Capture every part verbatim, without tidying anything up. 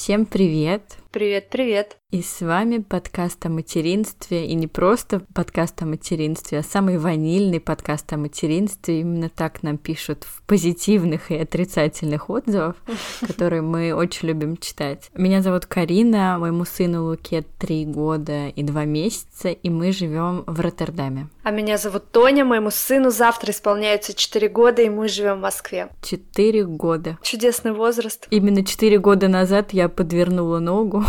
Всем привет! Привет-привет! И с вами подкаст о материнстве, и не просто подкаст о материнстве, а самый ванильный подкаст о материнстве. Именно так нам пишут в позитивных и отрицательных отзывах, которые мы очень любим читать. Меня зовут Карина, моему сыну Луке три года и два месяца, и мы живем в Роттердаме. А меня зовут Тоня, моему сыну завтра исполняется четыре года, и мы живем в Москве. Четыре года. Чудесный возраст. Именно четыре года назад я подвернула ногу,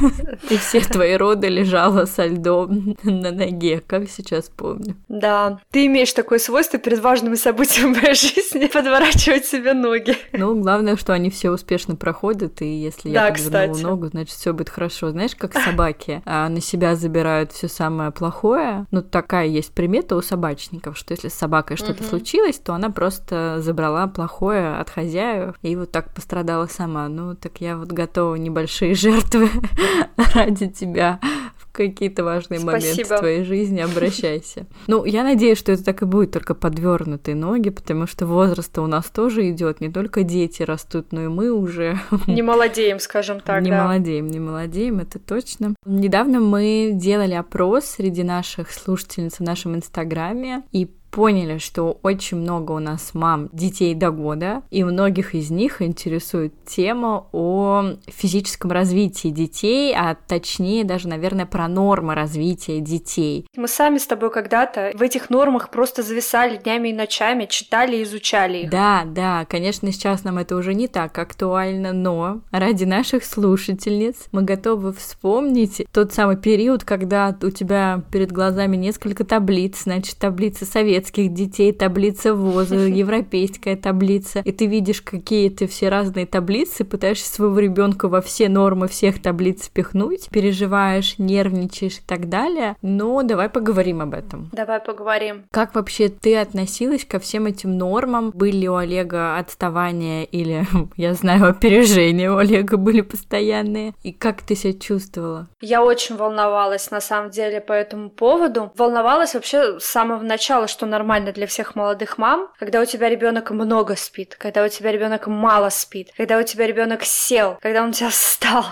и все твои роды лежала со льдом на ноге, как сейчас помню. Да, ты имеешь такое свойство перед важными событиями в моей жизни подворачивать себе ноги. Ну, главное, что они все успешно проходят, и если я да, подвернула кстати. ногу, значит, все будет хорошо. Знаешь, как собаки а, на себя забирают все самое плохое. Ну, такая есть примета у собачников, что если с собакой что-то Мгм. случилось, то она просто забрала плохое от хозяев и вот так пострадала сама. Ну, так я вот готова небольшие жертвы ради тебя в какие-то важные моменты Спасибо. в твоей жизни, обращайся. Ну, я надеюсь, что это так и будет, только подвернутые ноги, потому что возраст у нас тоже идет, не только дети растут, но и мы уже Не молодеем, скажем так, не да. молодеем, не молодеем, это точно. Недавно мы делали опрос среди наших слушательниц в нашем инстаграме и поняли, что очень много у нас мам детей до года, и многих из них интересует тема о физическом развитии детей, а точнее даже, наверное, про нормы развития детей. Мы сами с тобой когда-то в этих нормах просто зависали днями и ночами, читали и изучали их. Да, да, конечно, сейчас нам это уже не так актуально, но ради наших слушательниц мы готовы вспомнить тот самый период, когда у тебя перед глазами несколько таблиц, значит, таблица советских детей, таблица ВОЗа, европейская таблица, и ты видишь какие-то все разные таблицы, пытаешься своего ребенка во все нормы всех таблиц впихнуть, переживаешь, нервничаешь и так далее, но давай поговорим об этом. Давай поговорим. Как вообще ты относилась ко всем этим нормам? Были ли у Олега отставания или, я знаю, опережения у Олега были постоянные? И как ты себя чувствовала? Я очень волновалась, на самом деле, по этому поводу. Волновалась вообще с самого начала, что нормально для всех молодых мам, когда у тебя ребенок много спит, когда у тебя ребенок мало спит, когда у тебя ребенок сел, когда он у тебя встал.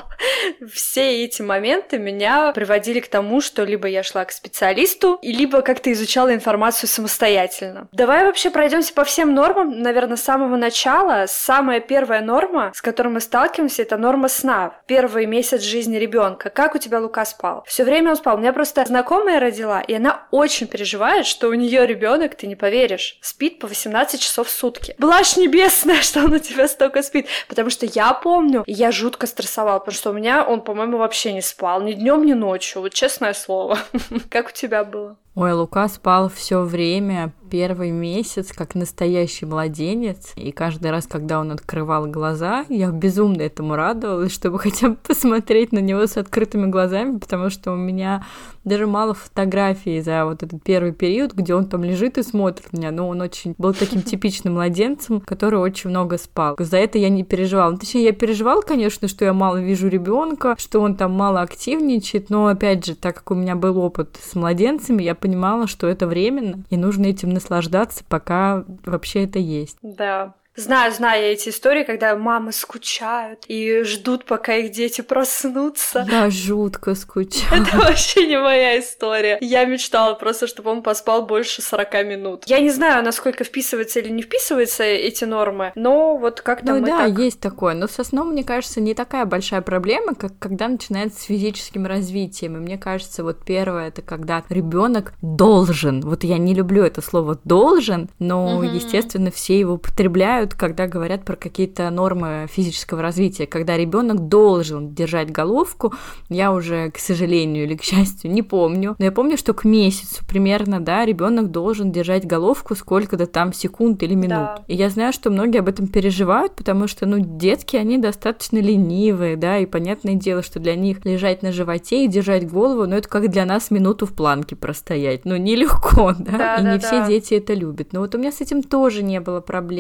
Все эти моменты меня приводили к тому, что либо я шла к специалисту, и либо как-то изучала информацию самостоятельно. Давай вообще пройдемся по всем нормам, наверное, с самого начала. Самая первая норма, с которой мы сталкиваемся, это норма сна. Первый месяц жизни ребенка. Как у тебя Лука спал? Все время он спал. У меня просто знакомая родила, и она очень переживает, что у нее ребенок, ты не поверишь, спит по восемнадцать часов в сутки. Блажь небесная, что он у тебя столько спит. Потому что я помню, я жутко стрессовала, потому что у меня он, по-моему, вообще не спал. Ни днем, ни ночью. Вот честное слово. Как у тебя было? Ой, Лука спал все время, первый месяц, как настоящий младенец. И каждый раз, когда он открывал глаза, я безумно этому радовалась, чтобы хотя бы посмотреть на него с открытыми глазами, потому что у меня даже мало фотографий за вот этот первый период, где он там лежит и смотрит на меня. Но он очень был таким типичным младенцем, который очень много спал. За это я не переживала. Ну, точнее, я переживала, конечно, что я мало вижу ребенка, что он там мало активничает, но, опять же, так как у меня был опыт с младенцами, я понимала, что это временно, и нужно этим наслаждаться, пока вообще это есть. Да. Знаю, знаю я эти истории, когда мамы скучают и ждут, пока их дети проснутся. Я жутко скучала. Это вообще не моя история. Я мечтала просто, чтобы он поспал больше сорока минут. Я не знаю, насколько вписываются или не вписываются эти нормы, но вот как-то Ну мы да, так... есть такое. Но со сном, мне кажется, не такая большая проблема, как когда начинается с физическим развитием. И мне кажется, вот первое, это когда ребенок должен. Вот я не люблю это слово «должен», но, Мгм. естественно, все его употребляют, когда говорят про какие-то нормы физического развития, когда ребенок должен держать головку. Я уже, к сожалению или к счастью, не помню, но я помню, что к месяцу примерно, да, ребенок должен держать головку сколько-то там секунд или минут. Да. И я знаю, что многие об этом переживают, потому что, ну, детки, они достаточно ленивые, да, и понятное дело, что для них лежать на животе и держать голову, ну, это как для нас минуту в планке простоять. Ну, нелегко, да, Да, и да, не да. все дети это любят. Но вот у меня с этим тоже не было проблем.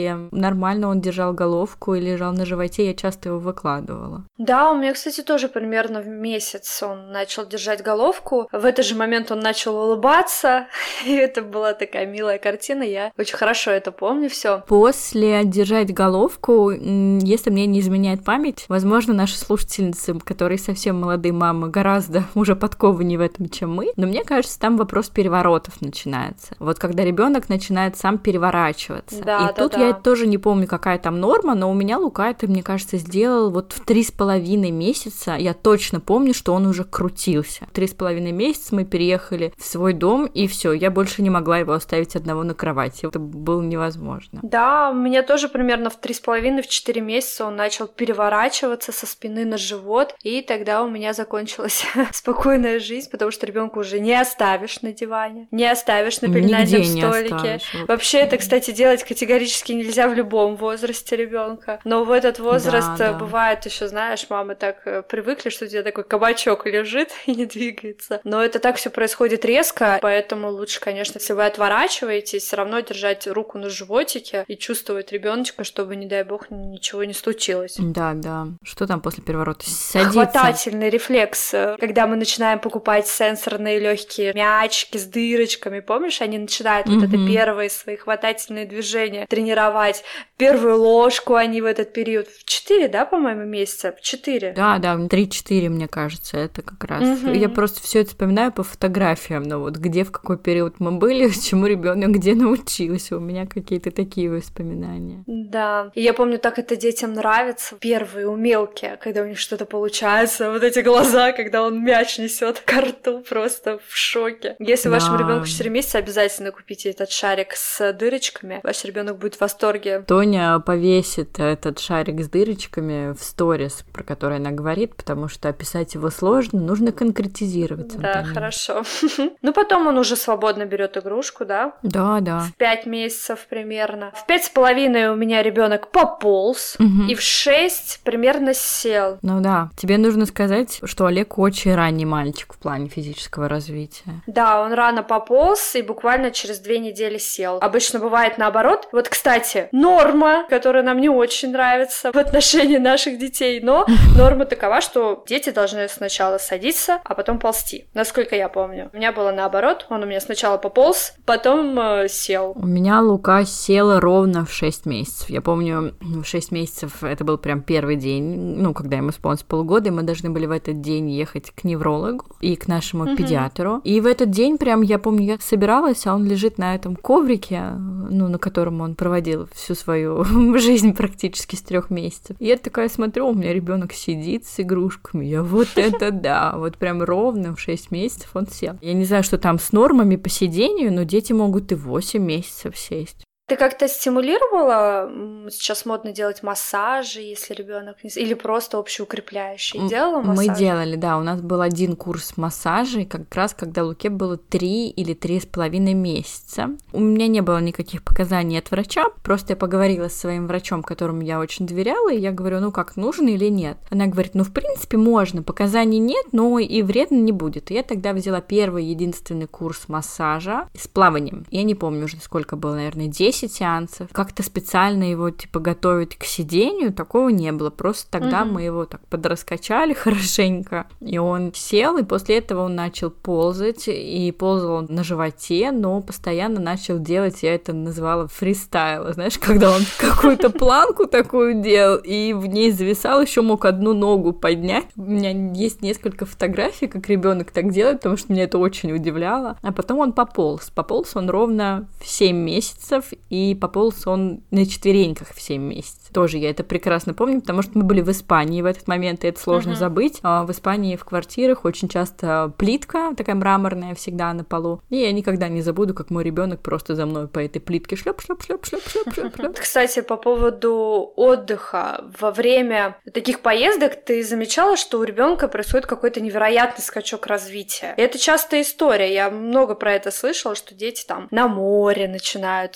нормально он держал головку и лежал на животе, я часто его выкладывала. Да, у меня, кстати, тоже примерно в месяц он начал держать головку. В этот же момент он начал улыбаться, и это была такая милая картина, я очень хорошо это помню все. После держать головку, если мне не изменяет память, возможно, наши слушательницы, которые совсем молодые мамы, гораздо уже подкованнее в этом, чем мы, но мне кажется, там вопрос переворотов начинается. Вот когда ребенок начинает сам переворачиваться. Да, и да, тут да. я тоже не помню, какая там норма, но у меня Лука это, мне кажется, сделал вот в три с половиной месяца. Я точно помню, что он уже крутился. Три с половиной месяца мы переехали в свой дом, и все, я больше не могла его оставить одного на кровати. Это было невозможно. Да, у меня тоже примерно в три с половиной, в четыре месяца он начал переворачиваться со спины на живот, и тогда у меня закончилась спокойная жизнь, потому что ребенка уже не оставишь на диване, не оставишь на пеленальном столике. Вообще это, кстати, делать категорически нельзя в любом возрасте ребенка. Но в этот возраст да, да. бывает еще, знаешь, мамы так привыкли, что у тебя такой кабачок лежит и не двигается. Но это так все происходит резко, поэтому лучше, конечно, если вы отворачиваетесь, все равно держать руку на животике и чувствовать ребеночка, чтобы, не дай бог, ничего не случилось. Да, да. Что там после переворота? Садиться. Хватательный рефлекс, когда мы начинаем покупать сенсорные легкие мячики с дырочками, помнишь, они начинают mm-hmm. вот это первые свои хватательные движения тренировать. Первую ложку они в этот период в четыре, да, по-моему, месяца? В четыре. Да, да, три-четыре, мне кажется, это как раз. Mm-hmm. Я просто все это вспоминаю по фотографиям, но вот где, в какой период мы были, чему ребенок где научился. У меня какие-то такие воспоминания. Да. И я помню, так это детям нравится. Первые умелки, когда у них что-то получается. Вот эти глаза, когда он мяч несет к рту, просто в шоке. Если да. вашему ребенку четыре месяца, обязательно купите этот шарик с дырочками. Ваш ребенок будет в восторге. Тоня повесит этот шарик с дырочками в сторис, про который она говорит, потому что описать его сложно, нужно конкретизировать. Да, Антонина. Хорошо. Ну, потом он уже свободно берет игрушку, да? Да, да. В пять месяцев примерно. В пять с половиной у меня ребенок пополз, угу. и в шесть примерно сел. Ну да. Тебе нужно сказать, что Олег очень ранний мальчик в плане физического развития. Да, он рано пополз и буквально через две недели сел. Обычно бывает наоборот. Вот, кстати, норма, которая нам не очень нравится в отношении наших детей, но норма такова, что дети должны сначала садиться, а потом ползти. Насколько я помню. У меня было наоборот. Он у меня сначала пополз, потом э, сел. У меня Лука села ровно в шесть месяцев. Я помню, в шесть месяцев это был прям первый день, ну, когда ему исполнилось полгода, и мы должны были в этот день ехать к неврологу и к нашему mm-hmm. педиатру. И в этот день прям, я помню, я собиралась, а он лежит на этом коврике, ну, на котором он проводил всю свою жизнь практически с трех месяцев. И я такая смотрю, у меня ребенок сидит с игрушками. Я вот это да, вот прям ровно в шесть месяцев он сел. Я не знаю, что там с нормами по сидению, но дети могут и восемь месяцев сесть. Ты как-то стимулировала? Сейчас модно делать массажи, если ребенок не... Или просто общеукрепляющие. Делала массажи? Мы делали, да. У нас был один курс массажей, как раз когда Луке было три или три с половиной месяца. У меня не было никаких показаний от врача. Просто я поговорила с своим врачом, которому я очень доверяла, и я говорю, ну как, нужно или нет? Она говорит, ну в принципе можно, показаний нет, но и вредно не будет. И я тогда взяла первый единственный курс массажа с плаванием. Я не помню уже сколько было, наверное, десять сеансов. Как-то специально его, типа, готовить к сидению, такого не было. Просто тогда mm-hmm. мы его так подраскачали хорошенько, и он сел, и после этого он начал ползать, и ползал он на животе, но постоянно начал делать, я это называла фристайл, знаешь, когда он какую-то планку такую делал, и в ней зависал, еще мог одну ногу поднять. У меня есть несколько фотографий, как ребенок так делает, потому что меня это очень удивляло. А потом он пополз. Пополз он ровно в семь месяцев, и пополз он на четвереньках в семь месяцев. Тоже я это прекрасно помню, потому что мы были в Испании в этот момент, и это сложно uh-huh. забыть. А в Испании в квартирах очень часто плитка такая мраморная всегда на полу, и я никогда не забуду, как мой ребенок просто за мной по этой плитке шлеп шлеп шлеп шлеп шлеп шлеп шлеп. Кстати, по поводу отдыха. Во время таких поездок ты замечала, что у ребенка происходит какой-то невероятный скачок развития. И это частая история. Я много про это слышала, что дети там на море начинают что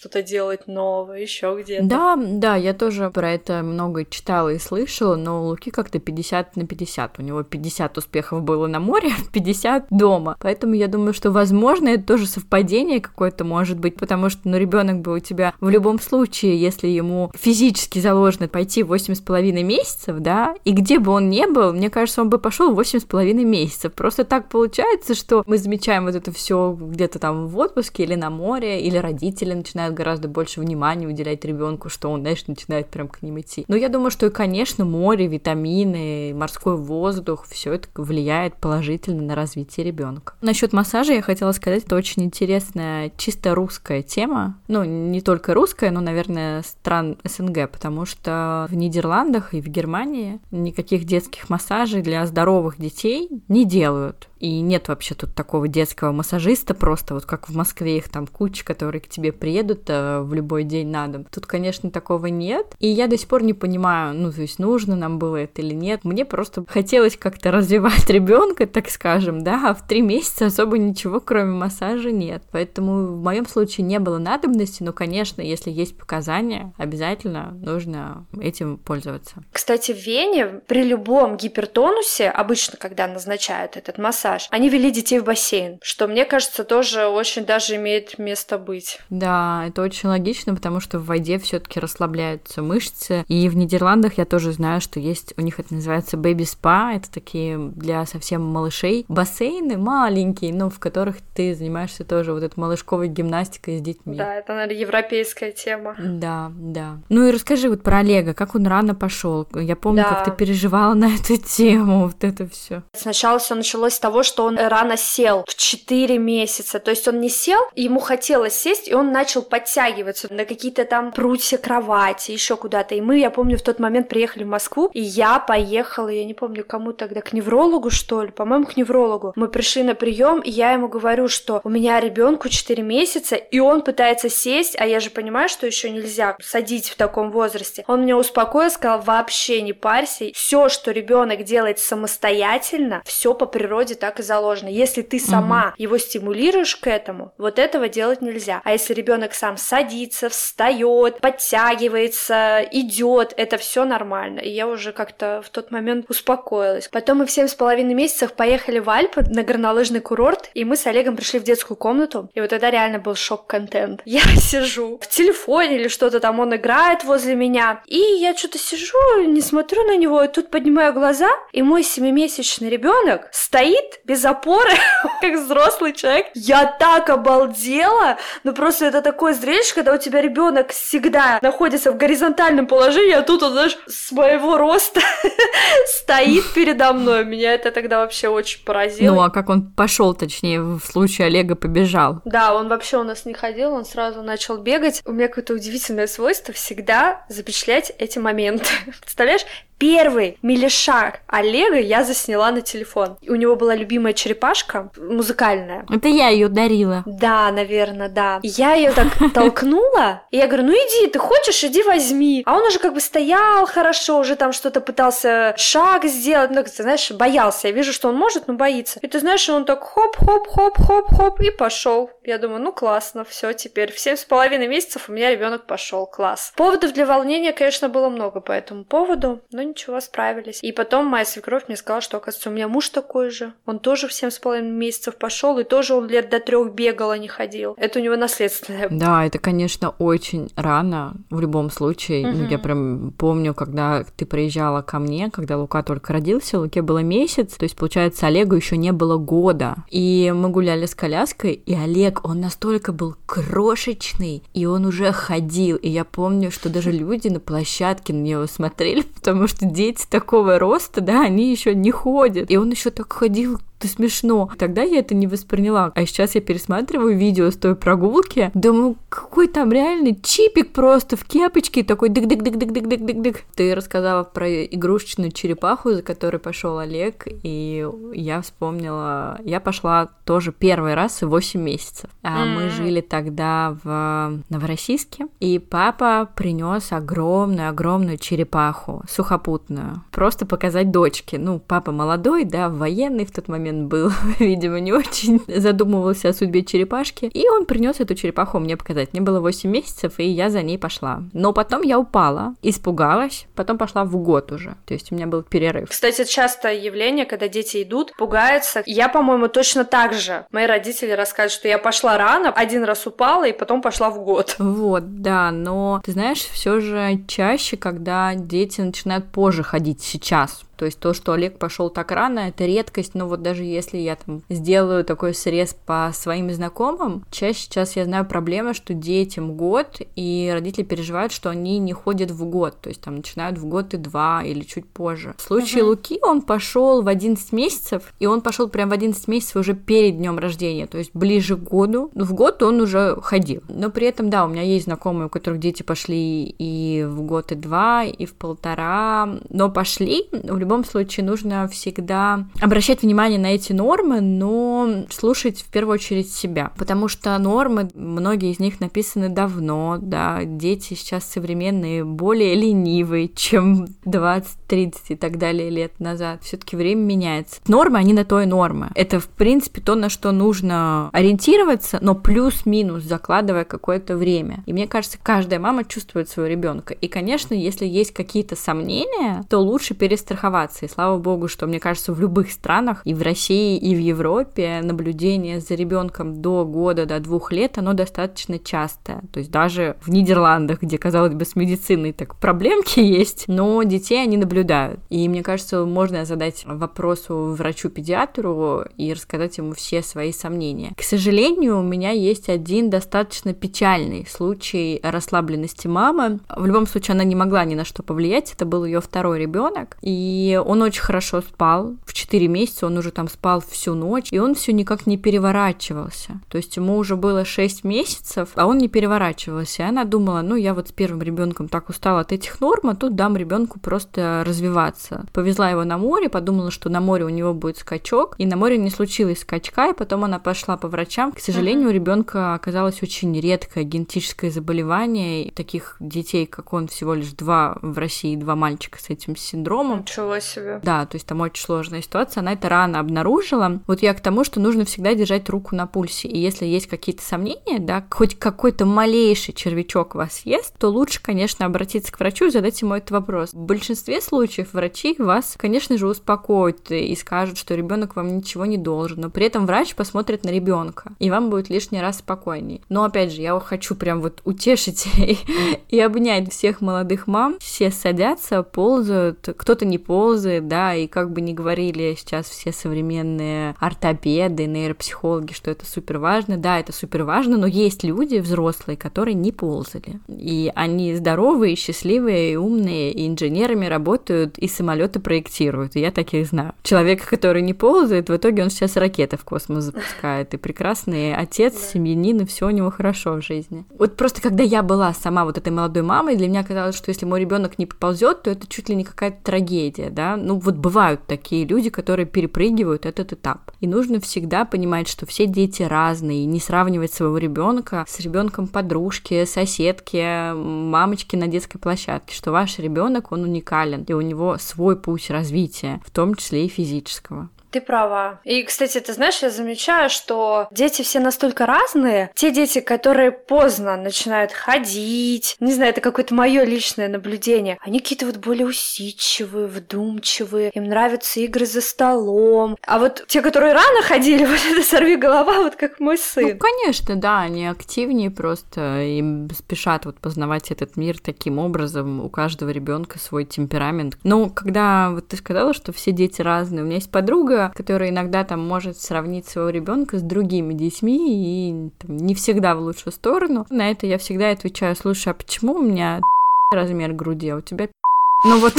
что-то делать новое, еще где-то. Да, да, я тоже про это много читала и слышала, но у Луки как-то пятьдесят на пятьдесят. У него пятьдесят успехов было на море, пятьдесят дома. Поэтому я думаю, что, возможно, это тоже совпадение какое-то может быть, потому что, ну, ребенок бы у тебя в любом случае, если ему физически заложено пойти восемь с половиной месяцев, да, и где бы он ни был, мне кажется, он бы пошел восемь с половиной месяцев. Просто так получается, что мы замечаем вот это все где-то там в отпуске или на море, или родители начинают гораздо больше внимания уделять ребенку, что он, знаешь, начинает прям к ним идти. Но я думаю, что, конечно, море, витамины, морской воздух, все это влияет положительно на развитие ребенка. Насчет массажа я хотела сказать, это очень интересная, чисто русская тема. Ну, не только русская, но, наверное, стран СНГ, потому что в Нидерландах и в Германии никаких детских массажей для здоровых детей не делают. И нет вообще тут такого детского массажиста, просто вот как в Москве их там куча, которые к тебе приедут э, в любой день на дом. Тут, конечно, такого нет. И я до сих пор не понимаю, ну, то есть нужно нам было это или нет. Мне просто хотелось как-то развивать ребенка, так скажем, да, а в три месяца особо ничего, кроме массажа, нет. Поэтому в моем случае не было надобности, но, конечно, если есть показания, обязательно нужно этим пользоваться. Кстати, в Вене при любом гипертонусе, обычно, когда назначают этот массаж, они вели детей в бассейн, что, мне кажется, тоже очень даже имеет место быть. Да, это очень логично, потому что в воде все-таки расслабляются мышцы. И в Нидерландах я тоже знаю, что есть, у них это называется бэби-спа, это такие для совсем малышей бассейны маленькие, но в которых ты занимаешься тоже вот этой малышковой гимнастикой с детьми. Да, это, наверное, европейская тема. Да, да. Ну и расскажи вот про Олега, как он рано пошел. Я помню, да. как ты переживала на эту тему, вот это все. Сначала все началось с того, что он рано сел, в четыре месяца. То есть он не сел, ему хотелось сесть, и он начал подтягиваться на какие-то там прутья кровати, еще куда-то. И мы, я помню, в тот момент приехали в Москву, и я поехала, я не помню, кому тогда, к неврологу, что ли, по-моему, к неврологу. Мы пришли на прием, и я ему говорю, что у меня ребенку четыре месяца, и он пытается сесть, а я же понимаю, что еще нельзя садить в таком возрасте. Он меня успокоил, сказал, вообще не парься, все, что ребенок делает самостоятельно, все по природе так и заложено. Если ты сама угу. его стимулируешь к этому, вот этого делать нельзя. А если ребенок сам садится, встает, подтягивается, идет, это все нормально. И я уже как-то в тот момент успокоилась. Потом мы в семь с половиной месяцев поехали в Альпы на горнолыжный курорт, и мы с Олегом пришли в детскую комнату, и вот тогда реально был шок-контент. Я сижу в телефоне или что-то там, он играет возле меня, и я что-то сижу, не смотрю на него, и тут поднимаю глаза, и мой семимесячный ребенок стоит без опоры, как взрослый человек. Я так обалдела! Ну просто это такое зрелище, когда у тебя ребенок всегда находится в горизонтальном положении, а тут он, знаешь, с моего роста стоит передо мной. Меня это тогда вообще очень поразило. Ну а как он пошел, точнее, в случае Олега побежал? Да, он вообще у нас не ходил, он сразу начал бегать. У меня какое-то удивительное свойство всегда запечатлять эти моменты. Представляешь? Первый милишар Олега я засняла на телефон. У него была любимая черепашка музыкальная. Это я ее дарила. Да, наверное, да. И я ее так толкнула, и я говорю, ну иди, ты хочешь, иди возьми. А он уже как бы стоял хорошо, уже там что-то пытался шаг сделать, ну, ты знаешь, боялся. Я вижу, что он может, но боится. И ты знаешь, он так хоп-хоп-хоп-хоп-хоп и пошел. Я думаю, ну классно, все, теперь в семь с половиной месяцев у меня ребенок пошел, класс. Поводов для волнения, конечно, было много по этому поводу, но ничего, справились. И потом моя свекровь мне сказала, что, оказывается, у меня муж такой же. Он тоже в семь с половиной месяцев пошел, и тоже он лет до трех бегал, а не ходил. Это у него наследственное. Да, это, конечно, очень рано в любом случае. Mm-hmm. Я прям помню, когда ты приезжала ко мне, когда Лука только родился, Луке было месяц, то есть, получается, Олегу еще не было года. И мы гуляли с коляской, и Олег, он настолько был крошечный, и он уже ходил. И я помню, что даже люди на площадке на него смотрели, потому что дети такого роста, да, они еще не ходят. И он еще так ходил, это смешно. Тогда я это не восприняла. А сейчас я пересматриваю видео с той прогулки, думаю, какой там реальный чипик просто в кепочке, такой дык-дык-дык-дык-дык-дык-дык. Ты рассказала про игрушечную черепаху, за которой пошел Олег, и я вспомнила, я пошла тоже первый раз в восемь месяцев. А мы жили тогда в Новороссийске, и папа принес огромную-огромную черепаху, сухопутную, просто показать дочке. Ну, папа молодой, да, военный в тот момент, момент был, видимо, не очень задумывался о судьбе черепашки, и он принес эту черепаху мне показать. Мне было восемь месяцев, и я за ней пошла. Но потом я упала, испугалась, потом пошла в год уже, то есть у меня был перерыв. Кстати, частое явление, когда дети идут, пугаются. Я, по-моему, точно так же. Мои родители рассказывают, что я пошла рано, один раз упала, и потом пошла в год. Вот, да, но ты знаешь, все же чаще, когда дети начинают позже ходить сейчас. То есть то, что Олег пошел так рано, это редкость, но вот даже если я там сделаю такой срез по своим знакомым, чаще сейчас я знаю проблемы, что детям год, и родители переживают, что они не ходят в год, то есть там начинают в год и два или чуть позже. В случае uh-huh. Луки он пошел в одиннадцать месяцев, и он пошел прям в одиннадцать месяцев уже перед днем рождения, то есть ближе к году. В год он уже ходил. Но при этом, да, у меня есть знакомые, у которых дети пошли и в год, и два, и в полтора, но пошли. В любом случае нужно всегда обращать внимание на эти нормы, но слушать в первую очередь себя, потому что нормы, многие из них написаны давно, да, дети сейчас современные более ленивые, чем двадцать, тридцать и так далее лет назад. Все-таки время меняется. Нормы, они на то и нормы. Это, в принципе, то, на что нужно ориентироваться, но плюс-минус закладывая какое-то время. И мне кажется, каждая мама чувствует своего ребенка. И, конечно, если есть какие-то сомнения, то лучше перестраховаться. И слава богу, что, мне кажется, в любых странах, и в России, и в Европе, наблюдение за ребенком до года, до двух лет, оно достаточно частое. То есть даже в Нидерландах, где, казалось бы, с медициной так проблемки есть, но детей они наблюдают. И мне кажется, можно задать вопросу врачу-педиатру и рассказать ему все свои сомнения. К сожалению, у меня есть один достаточно печальный случай расслабленности мамы. В любом случае, она не могла ни на что повлиять, это был ее второй ребенок, и И он очень хорошо спал. В четыре месяца он уже там спал всю ночь, и он все никак не переворачивался. То есть ему уже было шесть месяцев, а он не переворачивался. И она думала, ну, я вот с первым ребенком так устала от этих норм, а тут дам ребенку просто развиваться. Повезла его на море, подумала, что на море у него будет скачок, и на море не случилось скачка, и потом она пошла по врачам. К сожалению, uh-huh. у ребенка оказалось очень редкое генетическое заболевание. Таких детей, как он, всего лишь два в России, два мальчика с этим синдромом. Ничего себе. Да, то есть там очень сложная ситуация, она это рано обнаружила. Вот я к тому, что нужно всегда держать руку на пульсе, и если есть какие-то сомнения, да, хоть какой-то малейший червячок вас ест, то лучше, конечно, обратиться к врачу и задать ему этот вопрос. В большинстве случаев врачи вас, конечно же, успокоят и скажут, что ребенок вам ничего не должен, но при этом врач посмотрит на ребенка, и вам будет лишний раз спокойней. Но опять же, я хочу прям вот утешить и, и обнять всех молодых мам. Все садятся, ползают, кто-то не ползает, да, и как бы ни говорили сейчас все современные ортопеды, нейропсихологи, что это супер важно, да, это супер важно, но есть люди взрослые, которые не ползали, и они здоровые, счастливые, и умные, и инженерами работают, и самолеты проектируют, и я таких знаю. Человек, который не ползает, в итоге он сейчас ракеты в космос запускает, и прекрасный отец, семьянин, и все у него хорошо в жизни. Вот просто когда я была сама вот этой молодой мамой, для меня казалось, что если мой ребенок не поползет, то это чуть ли не какая-то трагедия, да, ну вот бывают такие люди, которые перепрыгивают этот этап, и нужно всегда понимать, что все дети разные, и не сравнивать своего ребенка с ребенком подружки, соседки, мамочки на детской площадке, что ваш ребенок, он уникален, и у него свой путь развития, в том числе и физического. Ты права. И, кстати, ты знаешь, я замечаю, что дети все настолько разные. Те дети, которые поздно начинают ходить, не знаю, это какое-то мое личное наблюдение, они какие-то вот более усидчивые, вдумчивые, им нравятся игры за столом. А вот те, которые рано ходили, вот это сорвиголова, вот как мой сын. Ну, конечно, да, они активнее просто, им спешат вот познавать этот мир таким образом. У каждого ребенка свой темперамент. Но когда вот ты сказала, что все дети разные, у меня есть подруга, которая иногда там может сравнить своего ребенка с другими детьми и там, не всегда в лучшую сторону. На это я всегда отвечаю: слушай, а почему у меня размер груди, а у тебя ну вот,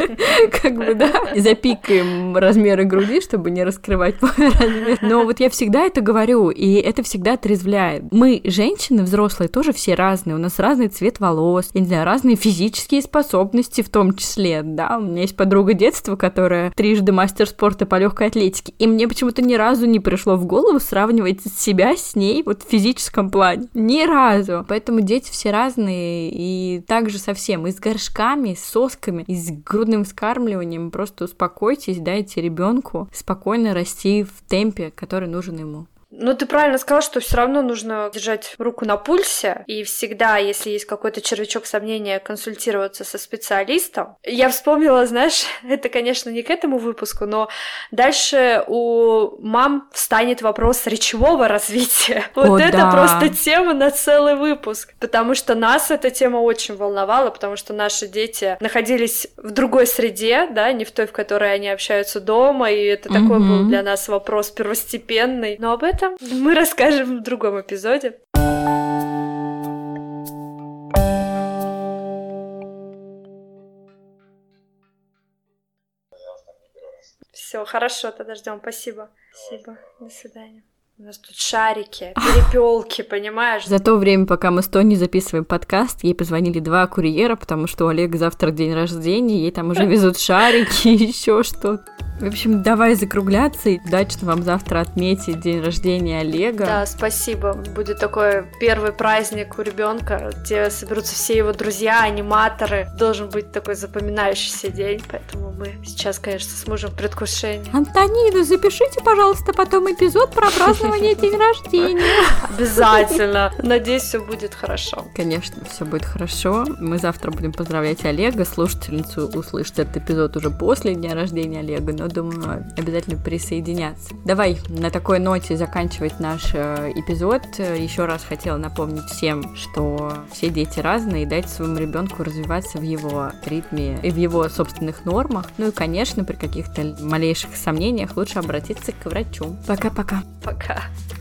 как бы, да, запикаем размеры груди, чтобы не раскрывать мой размер. Но вот я всегда это говорю, и это всегда отрезвляет. Мы, женщины взрослые, тоже все разные. У нас разный цвет волос, я не знаю, разные физические способности в том числе, да. У меня есть подруга детства, которая трижды мастер спорта по легкой атлетике, и мне почему-то ни разу не пришло в голову сравнивать себя с ней вот в физическом плане. Ни разу. Поэтому дети все разные, и также совсем и с горшками, и с сосками, таблетками и с грудным вскармливанием. Просто успокойтесь, дайте ребенку спокойно расти в темпе, который нужен ему. Ну, ты правильно сказал, что все равно нужно держать руку на пульсе, и всегда, если есть какой-то червячок сомнения, консультироваться со специалистом. Я вспомнила, знаешь, это, конечно, не к этому выпуску, но дальше у мам встанет вопрос речевого развития. Вот О, это да. просто тема на целый выпуск, потому что нас эта тема очень волновала, потому что наши дети находились в другой среде, да, не в той, в которой они общаются дома, и это mm-hmm. такой был для нас вопрос первостепенный. Но об этом мы расскажем в другом эпизоде. Все, хорошо, тогда ждем. Спасибо. Спасибо. До свидания. У нас тут шарики, перепелки, понимаешь? За то время, пока мы с Тони записываем подкаст, ей позвонили два курьера, потому что у Олега завтра день рождения, ей там уже везут шарики и еще что-то. В общем, давай закругляться, и удачно вам завтра отметить день рождения Олега. Да, спасибо. Будет такой первый праздник у ребенка, где соберутся все его друзья, аниматоры. Должен быть такой запоминающийся день, поэтому мы сейчас, конечно, с мужем в предвкушении. Антонина, запишите, пожалуйста, потом эпизод про празднование день рождения. Обязательно. Надеюсь, все будет хорошо. Конечно, все будет хорошо. Мы завтра будем поздравлять Олега. Слушательницу услышит этот эпизод уже после дня рождения Олега, но думаю, обязательно присоединяться. Давай на такой ноте заканчивать наш э, эпизод. Еще раз хотела напомнить всем, что все дети разные, и дать своему ребенку развиваться в его ритме и в его собственных нормах. Ну и, конечно, при каких-то малейших сомнениях лучше обратиться к врачу. Пока-пока. Пока.